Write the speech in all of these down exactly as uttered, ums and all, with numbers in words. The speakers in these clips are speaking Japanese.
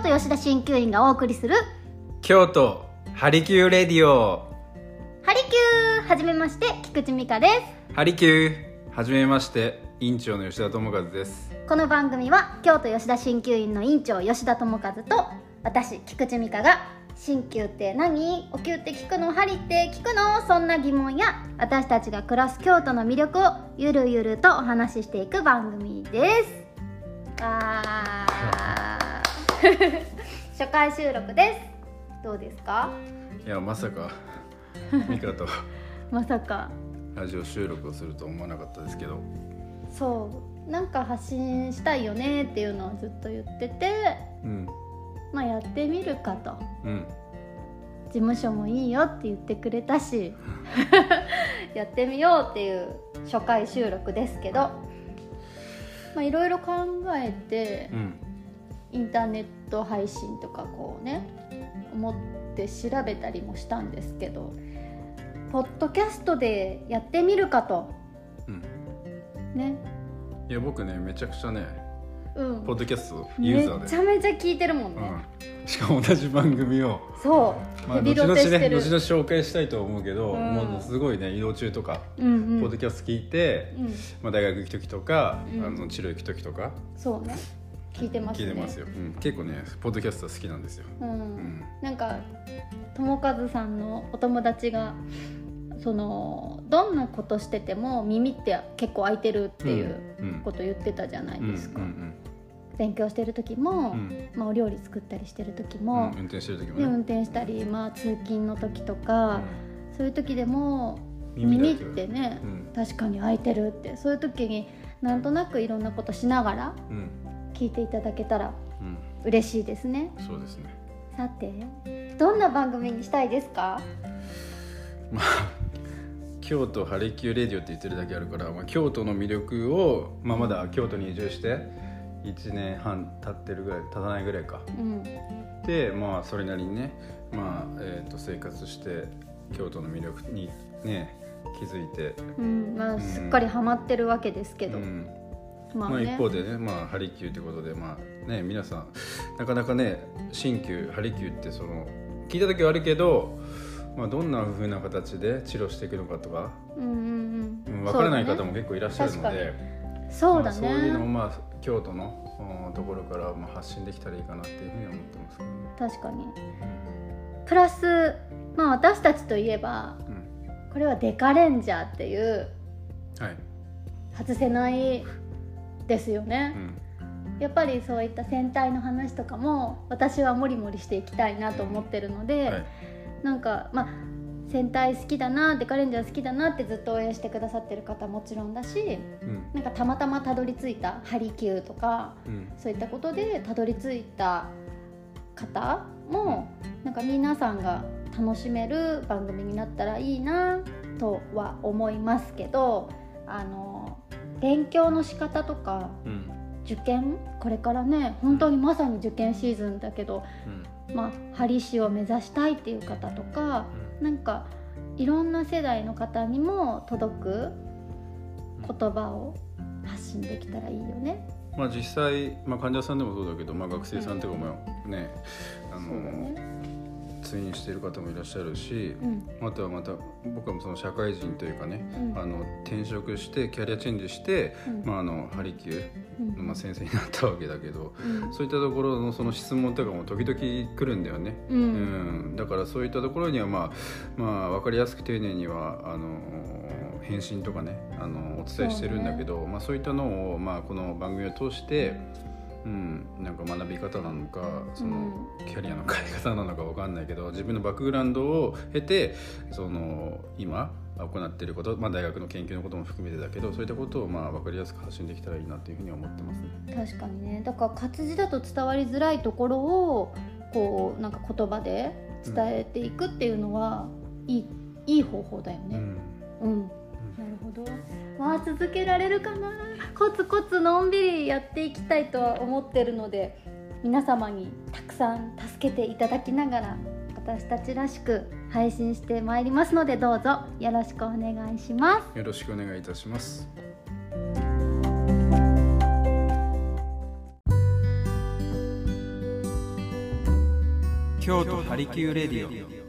都吉田鍼灸院がお送りする京都ハリキューレディオ。 ハリキュー、はじめまして菊池美香です。 ハリキュー、はじめまして院長の吉田智和です。 この番組は京都吉田鍼灸院の院長吉田智和と私菊池美香が鍼灸って何、お灸って聞くの、針って聞くの、そんな疑問や私たちが暮らす京都の魅力をゆるゆるとお話ししていく番組です。わー初回収録です。どうですか？ いや、まさか美香とまさかラジオ収録をすると思わなかったですけど、 そうなんか発信したいよねっていうのをずっと言ってて、 うん、 まあやってみるかと、 うん、 事務所もいいよって言ってくれたしやってみようっていう初回収録ですけど、まあいろいろ考えて、うん、インターネット配信とかこうね思って調べたりもしたんですけど、ポッドキャストでやってみるかと、うん、ね。 いや僕ねめちゃくちゃね、うん、ポッドキャストユーザーでめちゃめちゃ聞いてるもんね、 うん、しかも同じ番組をそう、まあ、ヘビロテしてる、 後々ね後々紹介したいと思うけど、うん、もうすごいね移動中とか、うんうん、ポッドキャスト聞いて、うんまあ、大学行く時とか、うん、あの治療行く時とかそうね聞いてますね。 聞いてますよ、うん、結構ねポッドキャスト好きなんですよ、うんうん、 なんか友和さんのお友達がそのどんなことしてても耳って結構開いてるっていうこと言ってたじゃないですか、うんうんうんうん、勉強してる時も、うんまあ、お料理作ったりしてる時も、 うん、運転してる時も、ね、 運転したり、まあ、通勤の時とか、うん、そういう時でも耳ってね、うん、確かに開いてるって、そういう時になんとなくいろんなことしながら聞いていただけたら嬉しいですね、 うん、そうですね。 さてどんな番組にしたいですか？ まあ京都ハリキューレディオって言ってるだけあるから、まあ、京都の魅力を、まあ、まだ京都に移住していちねんはん経ってるぐらい経たないぐらいか、うん、でまあそれなりにね、まあえー、と生活して京都の魅力にね気づいて、 うんまあ、すっかりハマってるわけですけど、うんまあね、まあ、一方でね、まあ、ハリキューということで、まあね、皆さんなかなかね鍼灸ハリキューってその聞いた時はあるけど、まあ、どんな風な形で治療していくのかとか、うんうんうん、分からない方も結構いらっしゃるので、 そうだね、 まあ、そういうのを、まあ、京都のところからまあ発信できたらいいかなっていうふうに思ってますけどね。 確かにプラス、まあ、私たちといえば、うん、これはデカレンジャーっていう、はい、外せないですよね、うん、やっぱりそういった戦隊の話とかも私はモリモリしていきたいなと思ってるので、はいなんかまあ戦隊好きだな、デカレンジャー好きだなってずっと応援してくださってる方もちろんだし、うん、なんかたまたまたどり着いたハリキューとか、うん、そういったことでたどり着いた方も、うん、なんか皆さんが楽しめる番組になったらいいなとは思いますけど、あの勉強の仕方とか、うん、受験これからね本当にまさに受験シーズンだけど、うんまあ、針師を目指したいっていう方とか、うん、なんかいろんな世代の方にも届く言葉を発信できたらいいよね。 まあ、実際、まあ、患者さんでもそうだけど、まあ、学生さんとかもね、うん、あのね通院している方もいらっしゃるし、うん、あとはまた僕はその社会人というかね、うん、あの転職してキャリアチェンジして、うんまあ、あのハリキューの、まあ、先生になったわけだけど、うん、そういったところのその質問とかも時々来るんだよね、うんうん、だからそういったところには、まあまあ、分かりやすく丁寧にはあの返信とかねあのお伝えしてるんだけど、そうね、まあ、そういったのを、まあ、この番組を通してうん、なんか学び方なのかそのキャリアの変え方なのか分かんないけど、自分のバックグラウンドを経てその今行っていること、まあ、大学の研究のことも含めてだけど、そういったことをまあ分かりやすく発信できたらいいなというふうに思ってますね。 確かにね、だから活字だと伝わりづらいところをこうなんか言葉で伝えていくっていうのは、うん、いい、いい方法だよね。うん、うんなるほど。まあ続けられるかな。コツコツのんびりやっていきたいとは思ってるので、皆様にたくさん助けていただきながら私たちらしく配信してまいりますので、どうぞよろしくお願いします。 よろしくお願いいたします。 京都ハリキューレディオ。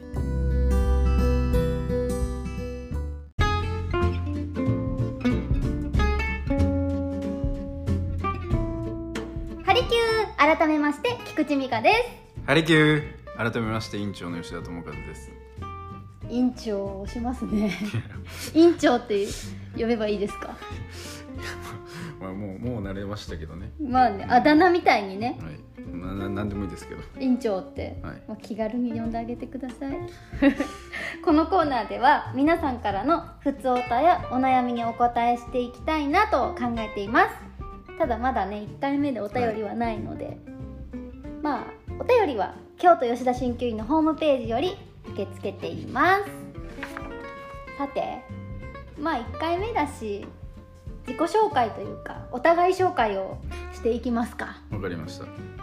ハリキュー、改めまして菊池美香です。 ハリキュー、改めまして院長の吉田智和です。 院長をしますね院長って呼べばいいですかまあ、もうもう慣れましたけどね。 まあね、あだ名みたいにね、 はい、なななんでもいいですけど、 院長って、 はい、 まあ、気軽に呼んであげてくださいこのコーナーでは皆さんからのふつおたやお悩みにお答えしていきたいなと考えています。ただまだねいっかいめでお便りはないので、はい、まあお便りは京都吉田鍼灸院のホームページより受け付けています。さて、まあいっかいめだし自己紹介というかお互い紹介をしていきますか。 わかりました。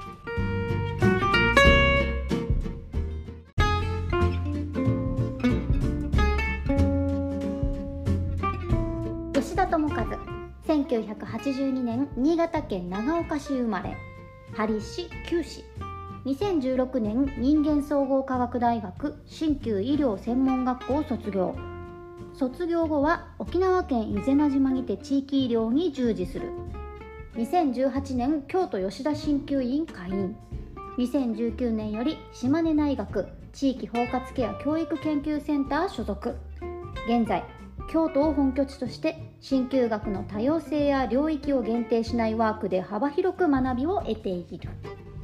吉田智和、せんきゅうひゃくはちじゅうにねん新潟県長岡市生まれ、針師灸師。にせんじゅうろくねん人間総合科学大学鍼灸医療専門学校を卒業。卒業後は沖縄県伊是名島にて地域医療に従事する。にせんじゅうはちねん京都吉田鍼灸院会員。にせんじゅうきゅうねんより島根大学地域包括ケア教育研究センター所属。現在京都を本拠地として鍼灸学の多様性や領域を限定しないワークで幅広く学びを得ている。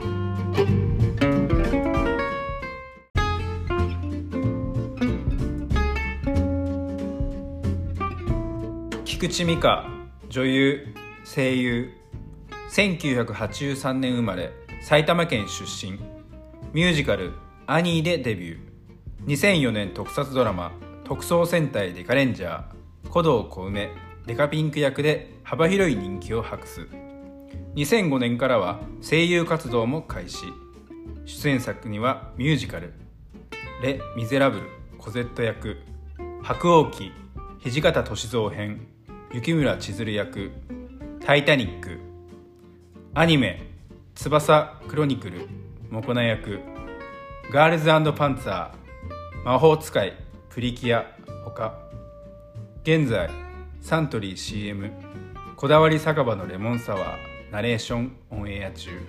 菊池美香、女優、声優。せんきゅうひゃくはちじゅうさんねん生まれ、埼玉県出身。ミュージカルアニーでデビュー。にせんよねん特撮ドラマ特捜戦隊デカレンジャー古道小梅デカピンク役で幅広い人気を博す。にせんごねんからは声優活動も開始。出演作にはミュージカルレ・ミゼラブルコゼット役、白鸚記土方歳三編雪村千鶴役、タイタニック、アニメ翼クロニクルモコナ役、ガールズ&パンツァー、魔法使いプリキュアほか。現在サントリー シーエム こだわり酒場のレモンサワーナレーションオンエア中。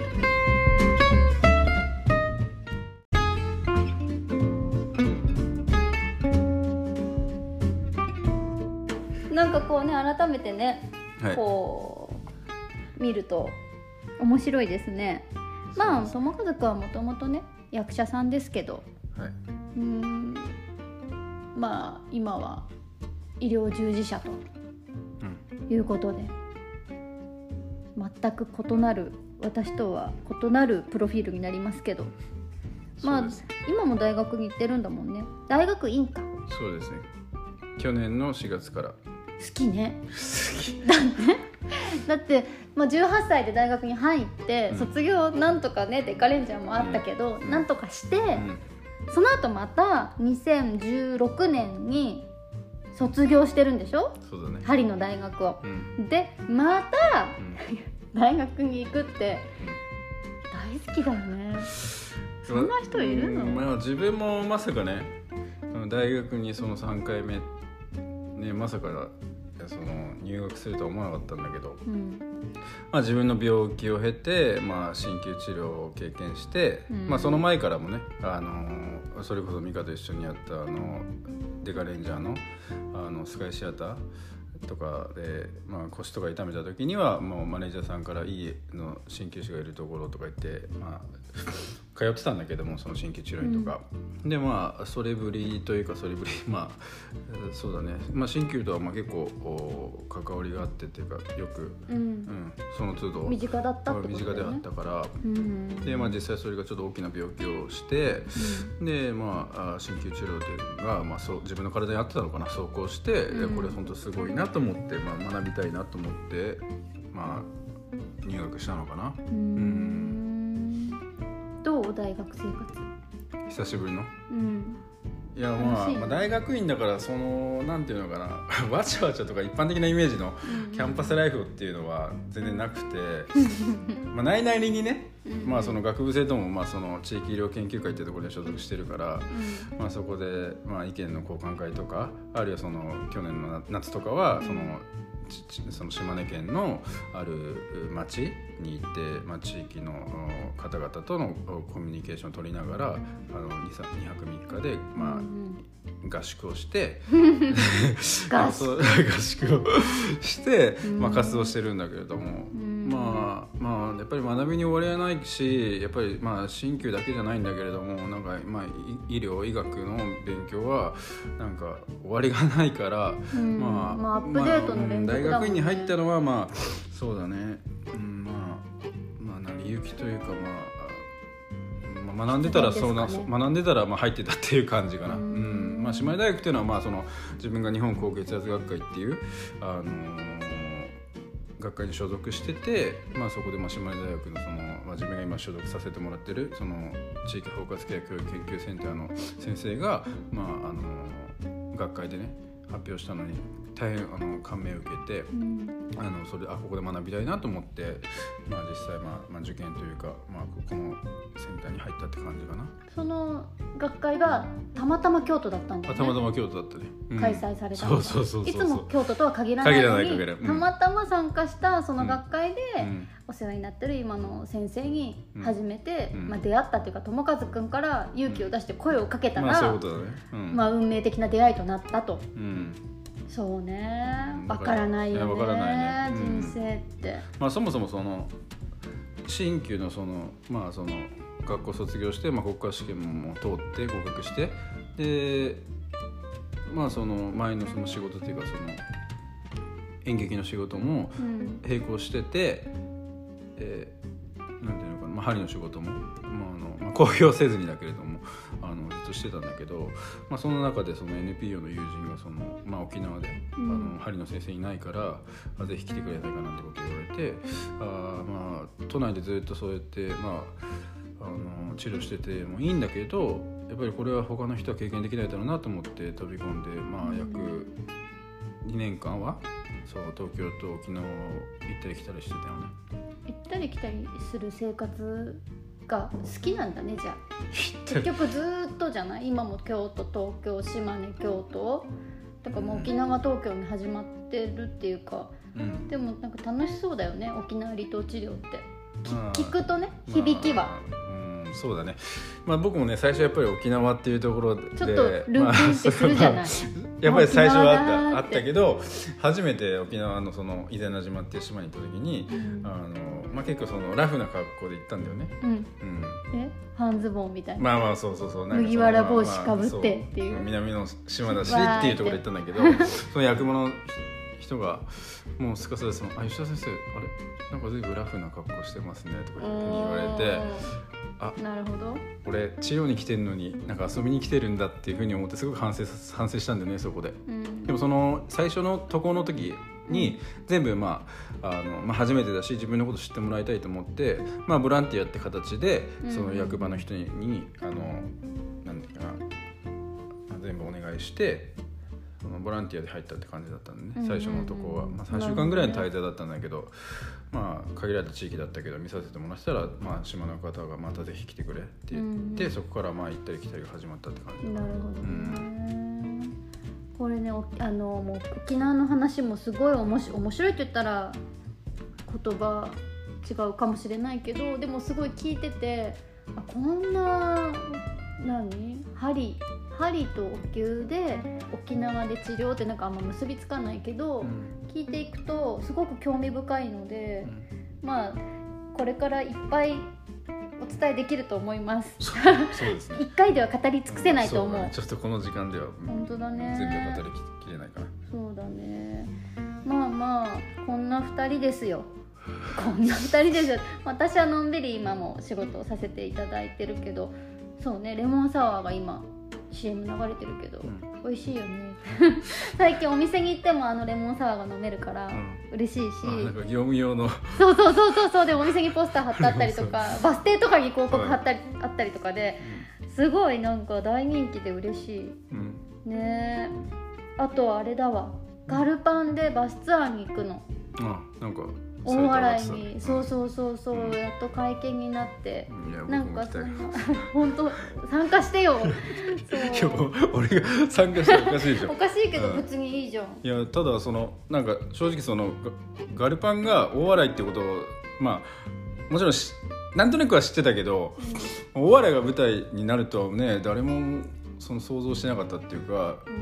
なんかこうね改めてね、はい、こう見ると面白いですね。まあ友和くんはもともとね役者さんですけど、はい、うーんまあ今は医療従事者ということで、うん、全く異なる私とは異なるプロフィールになりますけど、まあ今も大学に行ってるんだもんね。大学院か。 そうですね。去年のしがつから。 好きねだってだって、まあ、じゅうはっさいで大学に入って、うん、卒業なんとかねデカレンジャーもあったけど、うん、なんとかして、うん、その後またにせんじゅうろくねんに卒業してるんでしょ。 そうだね。 針の大学を、うん、でまた、うん、大学に行くって大好きだよね。そんな人いるの？ まあ、自分もまさかね大学にそのさんかいめねまさかその入学するとは思わなかったんだけど、うんまあ、自分の病気を経て、まあ、鍼灸治療を経験して、うんまあ、その前からもね、あのそれこそミカと一緒にやったあのデカレンジャー の, あのスカイシアターとかで、まあ、腰とか痛めた時にはもうマネージャーさんから家の鍼灸師がいるところとか言って、まあ、通ってたんだけどもその鍼灸治療院とか、うん、でまあそれぶりというかそれぶりまあそうだね、まあ、鍼灸とはまあ結構関わりがあってっていうかよく、うんうん、その都度身近だったってことだよね。 身近であったから、うん、でまあ実際それがちょっと大きな病気をして、うん、でまあ鍼灸治療っていうのが、まあ、そう自分の体に合ってたのかな走行して、うん、これ本当すごいなと思って、まあ、学びたいなと思ってまあ入学したのかな。うんうんどう大学生活久しぶりの、 うん、 いや、まあ、まあ大学院だからそのなんていうのかなわちゃわちゃとか一般的なイメージのキャンパスライフっていうのは全然なくてまあ内々にね、まあ、その学部生ともまあその地域医療研究会っていうところに所属してるから、うん、まあ、そこでまあ意見の交換会とかあるいはその去年の夏とかはその、その島根県のある町に行って、まあ、地域の方々とのコミュニケーションを取りながらあの にはくみっかで、まあ、合宿をして合宿合宿をして、まあ、活動してるんだけれども、まあまあやっぱり学びに終わりはないし、やっぱりまあ鍼灸だけじゃないんだけれども、なんかまあ医療医学の勉強はなんか終わりがないから、 うん、まあ、まあ、アップデートの連続だもんね。 大学院に入ったのはまあそうだね、うん、まあまあ成り行きというか、まあ、まあ、学んでたらそうな、ね、学んでたらまあ入ってたっていう感じかな。うん、うん、まあ、姉妹大学っていうのはまあその自分が日本高血圧学会っていうあのー学会に所属してて、まあ、そこでまあ姉妹大学のその、まあ、自分が今所属させてもらってるその地域包括ケア教育研究センターの先生が、まあ、あの学会でね発表したのに大変あの感銘を受けて、うん、あのそれあここで学びたいなと思って、まあ、実際、まあまあ、受験というか、まあ、ここのセンターに入ったって感じかな。 その学会がたまたま京都だったんだよね。 たまたま京都だったね、うん、 開催されたのが。 そうそうそうそう、 いつも京都とは限らないのに、 限らない、うん、 たまたま参加したその学会で、うん、お世話になってる今の先生に初めて、うん、まあ、出会ったっていうか、友和くんから勇気を出して声をかけたら、 まあそういうことだね、うん、 まあ、運命的な出会いとなったと、 うん、 そうね、わからないよね、 わからないね、 うん、人生って、 まあ、そもそもその鍼灸のそのまあその学校卒業して、まあ、国家試験も通って合格して、でまあその前のその仕事っていうかその演劇の仕事も並行してて、うん、えー、なんていうのかな、まあ、針の仕事も、まああのまあ、公表せずにだけれどもあのずっとしてたんだけど、まあ、その中でその エヌピーオー の友人がその、まあ、沖縄で、うん、あの針の先生いないからあぜひ来てくれないかなんてこと言われて、あ、まあ、都内でずっとそうやって、まああの治療しててもいいんだけど、やっぱりこれは他の人は経験できないだろうなと思って飛び込んで、まあ、約にねんかんはそう東京と沖縄を行ったり来たりしてたよね。 行ったり来たりする生活が好きなんだね。じゃあ結局ずっとじゃない、今も京都、東京、島根、京都だからもう沖縄、東京に始まってるっていうか、うん、でもなんか楽しそうだよね、沖縄離島治療って、まあ、聞くとね、響きは、まあそうだね、まあ、僕もね最初やっぱり沖縄っていうところでちょっとルーティンってするじゃない、まあ、 やっぱり最初はあった、あったけど、初めて沖縄のその伊是名島っていう島に行った時に、うん、あのまあ、結構そのラフな格好で行ったんだよね、うんうん、 え半ズボンみたいな、 まあまあそうそうそう、 麦わら帽子かぶってっていう、 まあまあ、南の島だしっていうところで行ったんだけどその役場の人がもうすかさずそのあ吉田先生あれなんか随分ラフな格好してますねとか言われて、あ、 なるほど、 俺治療に来てるのになんか遊びに来てるんだっていうふうに思ってすごく反省反省したんだよね、そこで、うん、でもその最初の渡航の時に全部、まああのまあ、初めてだし自分のこと知ってもらいたいと思って、まあ、ボランティアって形でその役場の人に、うん、あのなんていうかな、全部お願いしてそのボランティアで入ったって感じだったんでね、最初のとこは、まあ、さんしゅうかんぐらいの滞在だったんだけど、まあ、限られた地域だったけど見させてもらったら、まあ、島の方がまたぜひ来てくれって言って、そこからまあ行ったり来たりが始まったって感じ。 なるほどね、うん、これね、あのもう沖縄の話もすごいおもし面白いって言ったら言葉違うかもしれないけど、でもすごい聞いてて、あこんな何針針とお灸で沖縄で治療ってなんかあんま結びつかないけど、うん、聞いていくとすごく興味深いので、うん、まあこれからいっぱいお伝えできると思います。 そうですね。 いっかいでは語り尽くせないと思う。うん、 そうだね、ちょっとこの時間では本当だね、 全部語りきれないかな。 そうだね。まあまあこんなふたりですよ。こんなふたりですよ。私はのんびり今も仕事をさせていただいてるけど、そうね、レモンサワーが今シーエム 流れてるけど、うん、美味しいよね最近お店に行ってもあのレモンサワーが飲めるから嬉しいし、 うん、なんか業務用のそうそうそうそうそう、でお店にポスター貼ってあったりとかバス停とかに広告貼ったり、うん、あったりとかですごいなんか大人気で嬉しい、うん、ねえ。あとあれだわ、ガルパンでバスツアーに行くの。 あ、なんか大笑いに、そうそうそうそう、うん、やっと解禁になって、うん、なんかそんな本当参加してよ。 そう。俺が参加したらおかしいじゃん。 おかしいけど別にいいじゃん。 いや、ただそのなんか正直そのガルパンが大笑いってことを、まあもちろんしなんとなくは知ってたけど、うん、大笑いが舞台になるとはね、誰もその想像してなかったっていうか、うん、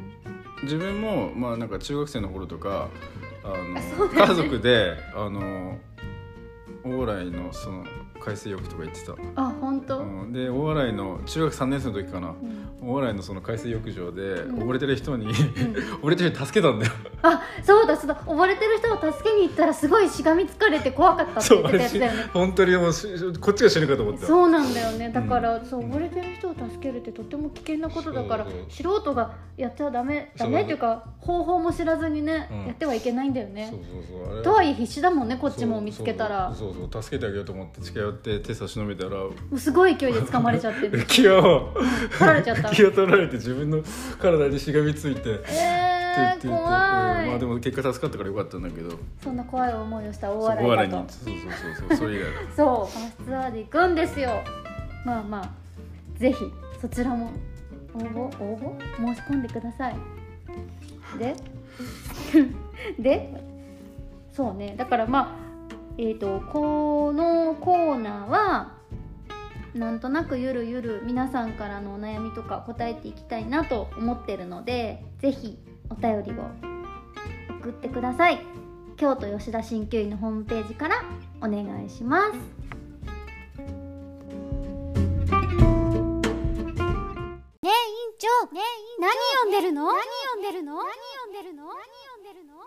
自分もまあなんか中学生の頃とか。あの家族であの大洗のその海水浴とか行ってた。 あ、本当、 うん、で大洗の中学さんねん生の時かな、うん、大洗のその海水浴場で溺れてる人に、うん、溺れてる人助けたんだよ。 あ、そうだそうだ、溺れてる人を助けに行ったらすごいしがみつかれて怖かったって言ってたやつだよね。 本当にもうこっちが死ぬかと思った。 そうなんだよね。だから、うん、そう溺れてる人を助けるってとても危険なことだから、素人がやっちゃダメダメっていうか方法も知らずにね、うん、やってはいけないんだよね。そうそうそう、あれとはいえ必死だもんね、こっちも見つけたら。 そうそうそうそう、助けてあげようと思って近寄って手差し伸べたら、もうすごい勢いで掴まれちゃって浮き輪を取られちゃった。 浮き輪取られて自分の体にしがみついて、 えー、怖い。 まあでも結果助かったからよかったんだけど、 そんな怖い思いをした大笑いだと。 そうそうそうそう、それ以外だ。 そう、バスツアーで行くんですよ。まあまあぜひそちらも応募応募申し込んでください。ででそうね、だからまあえーとこのコーナーはなんとなくゆるゆる皆さんからのお悩みとか答えていきたいなと思ってるので、ぜひお便りを送ってください。京都吉田鍼灸院のホームページからお願いします。ねえ院長、ねえ何読んでるの？何読んでるの？何読んでるの？何読んでるの？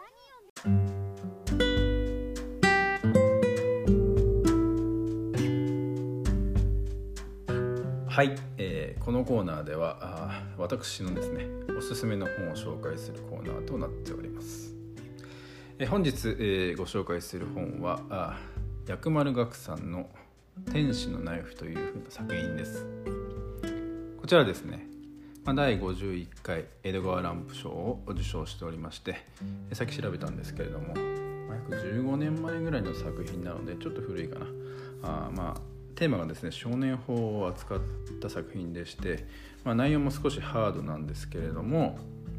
はい、えー、このコーナーではあ私のですねおすすめの本を紹介するコーナーとなっております。えー、本日、えー、ご紹介する本はあ薬丸岳さんの天使のナイフというふうな作品です。こちらですね、まあ、だいごじゅういっかい江戸川乱歩賞を受賞しておりまして、えー、さっき調べたんですけれども、まあ、約じゅうごねんまえぐらいの作品なのでちょっと古いかな。あまあテーマがですね少年法を扱った作品でして、まあ、内容も少しハードなんですけれども、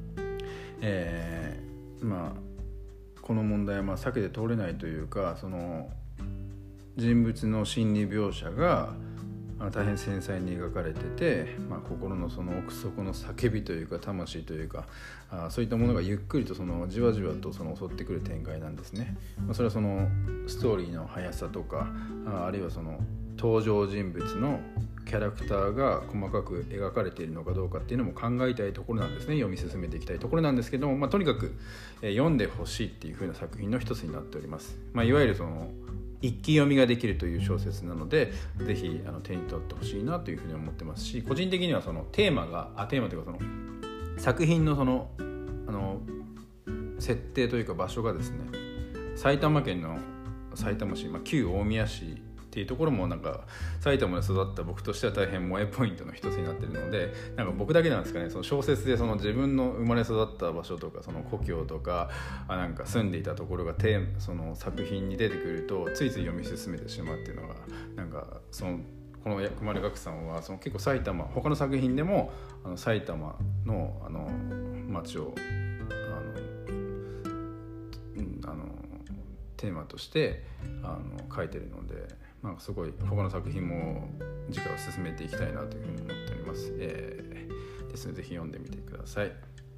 えー、まあこの問題はまあ避けて通れないというか、その人物の心理描写が大変繊細に描かれてて、まあ、心のその奥底の叫びというか魂というか、あそういったものがゆっくりとそのじわじわとその襲ってくる展開なんですね。まあ、それはそのストーリーの速さとか、あ, あるいはその登場人物のキャラクターが細かく描かれているのかどうかっていうのも考えたいところなんですね。読み進めていきたいところなんですけども、まあ、とにかく、えー、読んでほしいっていう風な作品の一つになっております。まあ、いわゆるその一気読みができるという小説なので、ぜひあの手に取ってほしいなというふうに思ってますし、個人的にはそのテーマがあテーマというかその作品のそのあの設定というか場所がですね、埼玉県の埼玉市、まあ、旧大宮市っていうところもなんか埼玉で育った僕としては大変萌えポイントの一つになっているので、なんか僕だけなんですかね、その小説でその自分の生まれ育った場所とかその故郷とかあなんか住んでいたところがテーマその作品に出てくるとついつい読み進めてしまうっていうのがなんかそのこの薬丸岳さんはその結構埼玉他の作品でもあの埼玉のあの街をあの、うん、あのテーマとしてあの書いてるので、なんかすごい他の作品も次回は進めていきたいなというふうに思っております。えー、ですのでぜひ読んでみてください。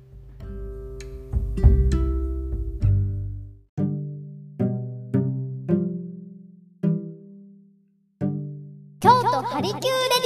京都ハリキューレデ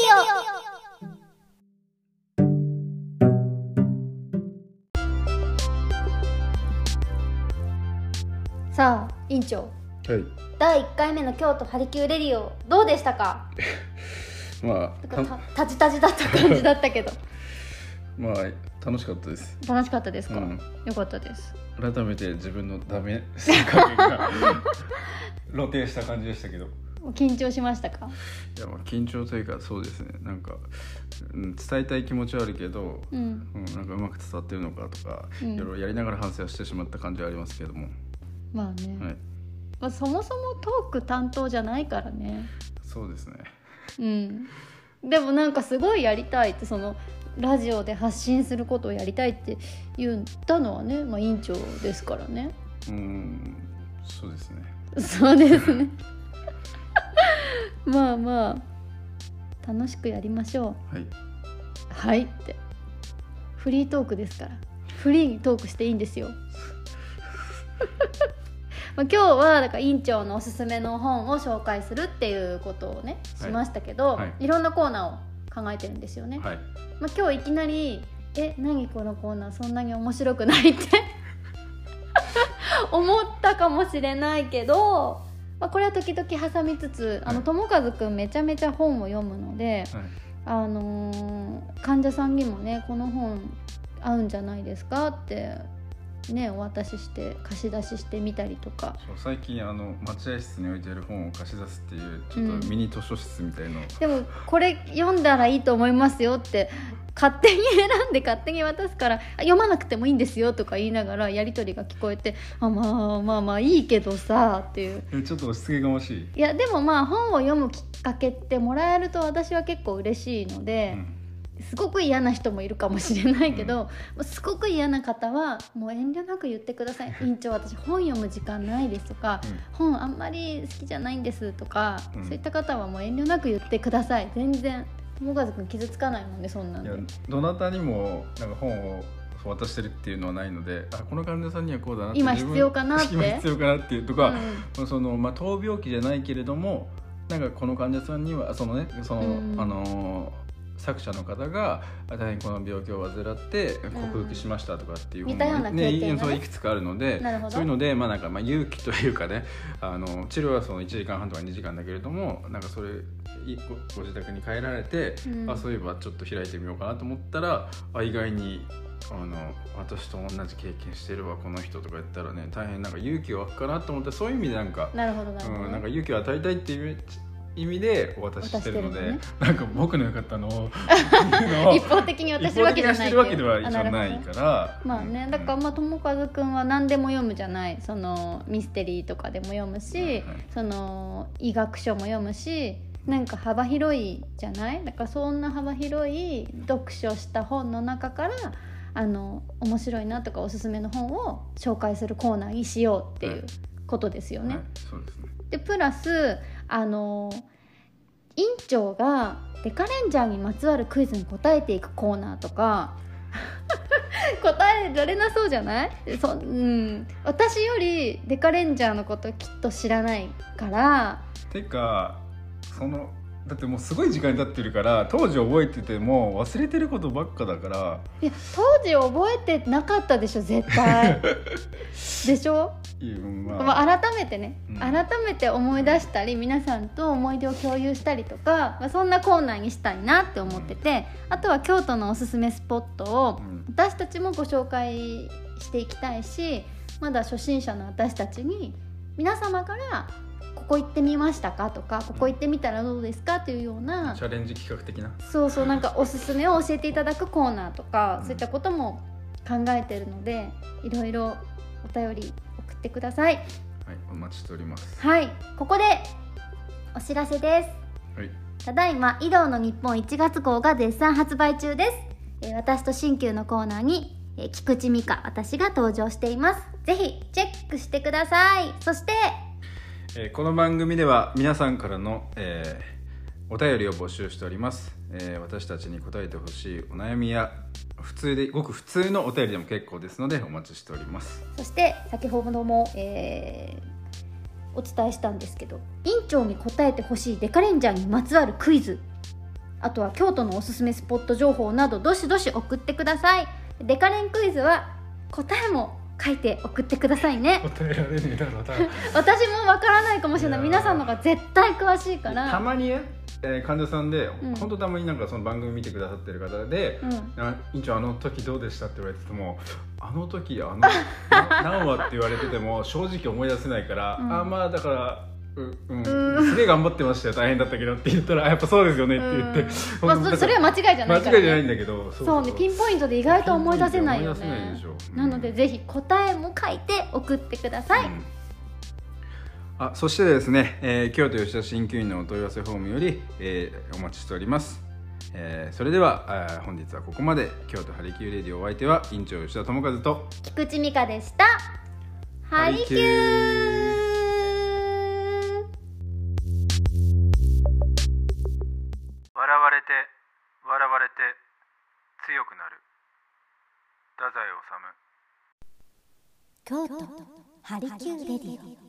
ィオ。さあ院長、はい、だいいっかいめの京都ハリキューレディオどうでしたか？まあたタジタジだった感じだったけどまあ楽しかったです。 楽しかったですか？うん、よかったです。 改めて自分のダメ加減が露呈した感じでしたけど、 緊張しましたか？ いや、まあ緊張というかそうですね、なんか、うん、伝えたい気持ちはあるけど、うんうん、なんかうまく伝わってるのかとか、うん、いろいろやりながら反省はしてしまった感じはありますけども、 まあね、はい、まあ、そもそもトーク担当じゃないからね。 そうですね、 うん、でもなんかすごいやりたいって、そのラジオで発信することをやりたいって言ったのはね、まあ、委員長ですからね。 うん、そうですね。 そうですねまあまあ楽しくやりましょう。はいはいってフリートークですから、フリーにトークしていいんですよまあ今日はだから委員長のおすすめの本を紹介するっていうことをねしましたけど、はいはい、いろんなコーナーを考えてるんですよね、はい、まあ、今日いきなりえ何このコーナーそんなに面白くないって思ったかもしれないけど、まあ、これは時々挟みつつ、あの友和くんめちゃめちゃ本を読むので、はい、あのー、患者さんにもねこの本合うんじゃないですかってね、お渡しして貸し出ししてみたりとか。 そう、最近あの待合室に置いてある本を貸し出すっていうちょっとミニ図書室みたいの、うん、 でもこれ読んだらいいと思いますよって勝手に選んで勝手に渡すから読まなくてもいいんですよとか言いながらやり取りが聞こえて、あ、まあまあまあいいけどさっていう、 ちょっと押し付けがましい。 いやでもまあ本を読むきっかけってもらえると私は結構嬉しいので、うん、すごく嫌な人もいるかもしれないけど、うん、すごく嫌な方はもう遠慮なく言ってください。委員長私本読む時間ないですとか、うん、本あんまり好きじゃないんですとか、うん、そういった方はもう遠慮なく言ってください。全然友和くん傷つかないもんね、そんなんで。いや、 どなたにもなんか本を渡してるっていうのはないので、あ、この患者さんにはこうだなって今必要かなって今必要かなっていうとか、うん、そのまあ、闘病期じゃないけれどもなんかこの患者さんにはそのねその、うん、あのー作者の方が大変この病気を患って克服しましたとかっていう本が、ねね、いくつかあるので、そういうので、まあ、なんかまあ勇気というかね、あの治療はそのいちじかんはんとかにじかんだけれども、なんかそれ ご, ご自宅に帰られて、うん、あ、そういえばちょっと開いてみようかなと思ったら、あ、意外にあの私と同じ経験してるわこの人とか言ったらね、大変なんか勇気が湧くかなと思って、そういう意味でなんか、 なるほどなるほど、 うん、なんか勇気を与えたいっていう意味でお渡ししてるので、ね、なんか僕のよかったのを一方的に渡してるわけじゃないしてるわけでは一応ないから、 まあね、だからまあ友和くんは何でも読むじゃない、そのミステリーとかでも読むし、はいはい、その医学書も読むし、なんか幅広いじゃない。だからそんな幅広い読書した本の中からあの面白いなとかおすすめの本を紹介するコーナーにしようっていうことですよね、はいはい、そうですね。でプラスあの院長がデカレンジャーにまつわるクイズに答えていくコーナーとか答えられなそうじゃない？そ、うん、私よりデカレンジャーのこときっと知らないから。 てかそのだってもうすごい時間に経ってるから当時覚えてても忘れてることばっかだから。 いや当時覚えてなかったでしょ絶対でしょ。いや、まあ、改めてね、うん、改めて思い出したり皆さんと思い出を共有したりとか、まあ、そんなコーナーにしたいなって思ってて、うん、あとは京都のおすすめスポットを私たちもご紹介していきたいし、まだ初心者の私たちに皆様からここ行ってみましたかとか、ここ行ってみたらどうですかっていうようなチャレンジ企画的な、 そうそう、なんかおすすめを教えていただくコーナーとか、うん、そういったことも考えてるので、いろいろお便り送ってください。 はい、お待ちしております。 はい、ここでお知らせです。はい、ただいま医療の日本いちがつ号が絶賛発売中です。えー、私と新旧のコーナーに、えー、菊池美香私が登場しています。ぜひチェックしてください。そしてえー、この番組では皆さんからの、えー、お便りを募集しております、えー、私たちに答えてほしいお悩みや普通でごく普通のお便りでも結構ですのでお待ちしております。 そして先ほども、えー、お伝えしたんですけど、院長に答えてほしいデカレンジャーにまつわるクイズ、あとは京都のおすすめスポット情報などどしどし送ってください。デカレンクイズは答えも書いて送ってくださいね。 答えられねえだろう私もわからないかもしれない。皆さんのが絶対詳しいから。 たまにね、えー、患者さんで、うん、本当たまになんかその番組見てくださってる方で、うん、院長あの時どうでしたって言われてても、あの時あの何話って言われてても正直思い出せないから、うん、あまあだからう、うん、すすげえ頑張ってましたよ大変だったけどって言ったらやっぱそうですよねって言って、 まあ、そ, それは間違いじゃないから、ね、 間違いじゃないんだけどそうそうねピンポイントで意外と思い出せないよね。 思い出せないでしょ、うん、 なのでぜひ答えも書いて送ってください、うん、 あそしてですね、えー、京都吉田鍼灸院のお問い合わせフォームより、えー、お待ちしております。えー、それでは本日はここまで。京都ハリキューレディオ、お相手は院長吉田智和と菊池美香でした。ハリキュー。 笑われて笑われて強くなる太宰治。 京都ハリキューレディオ。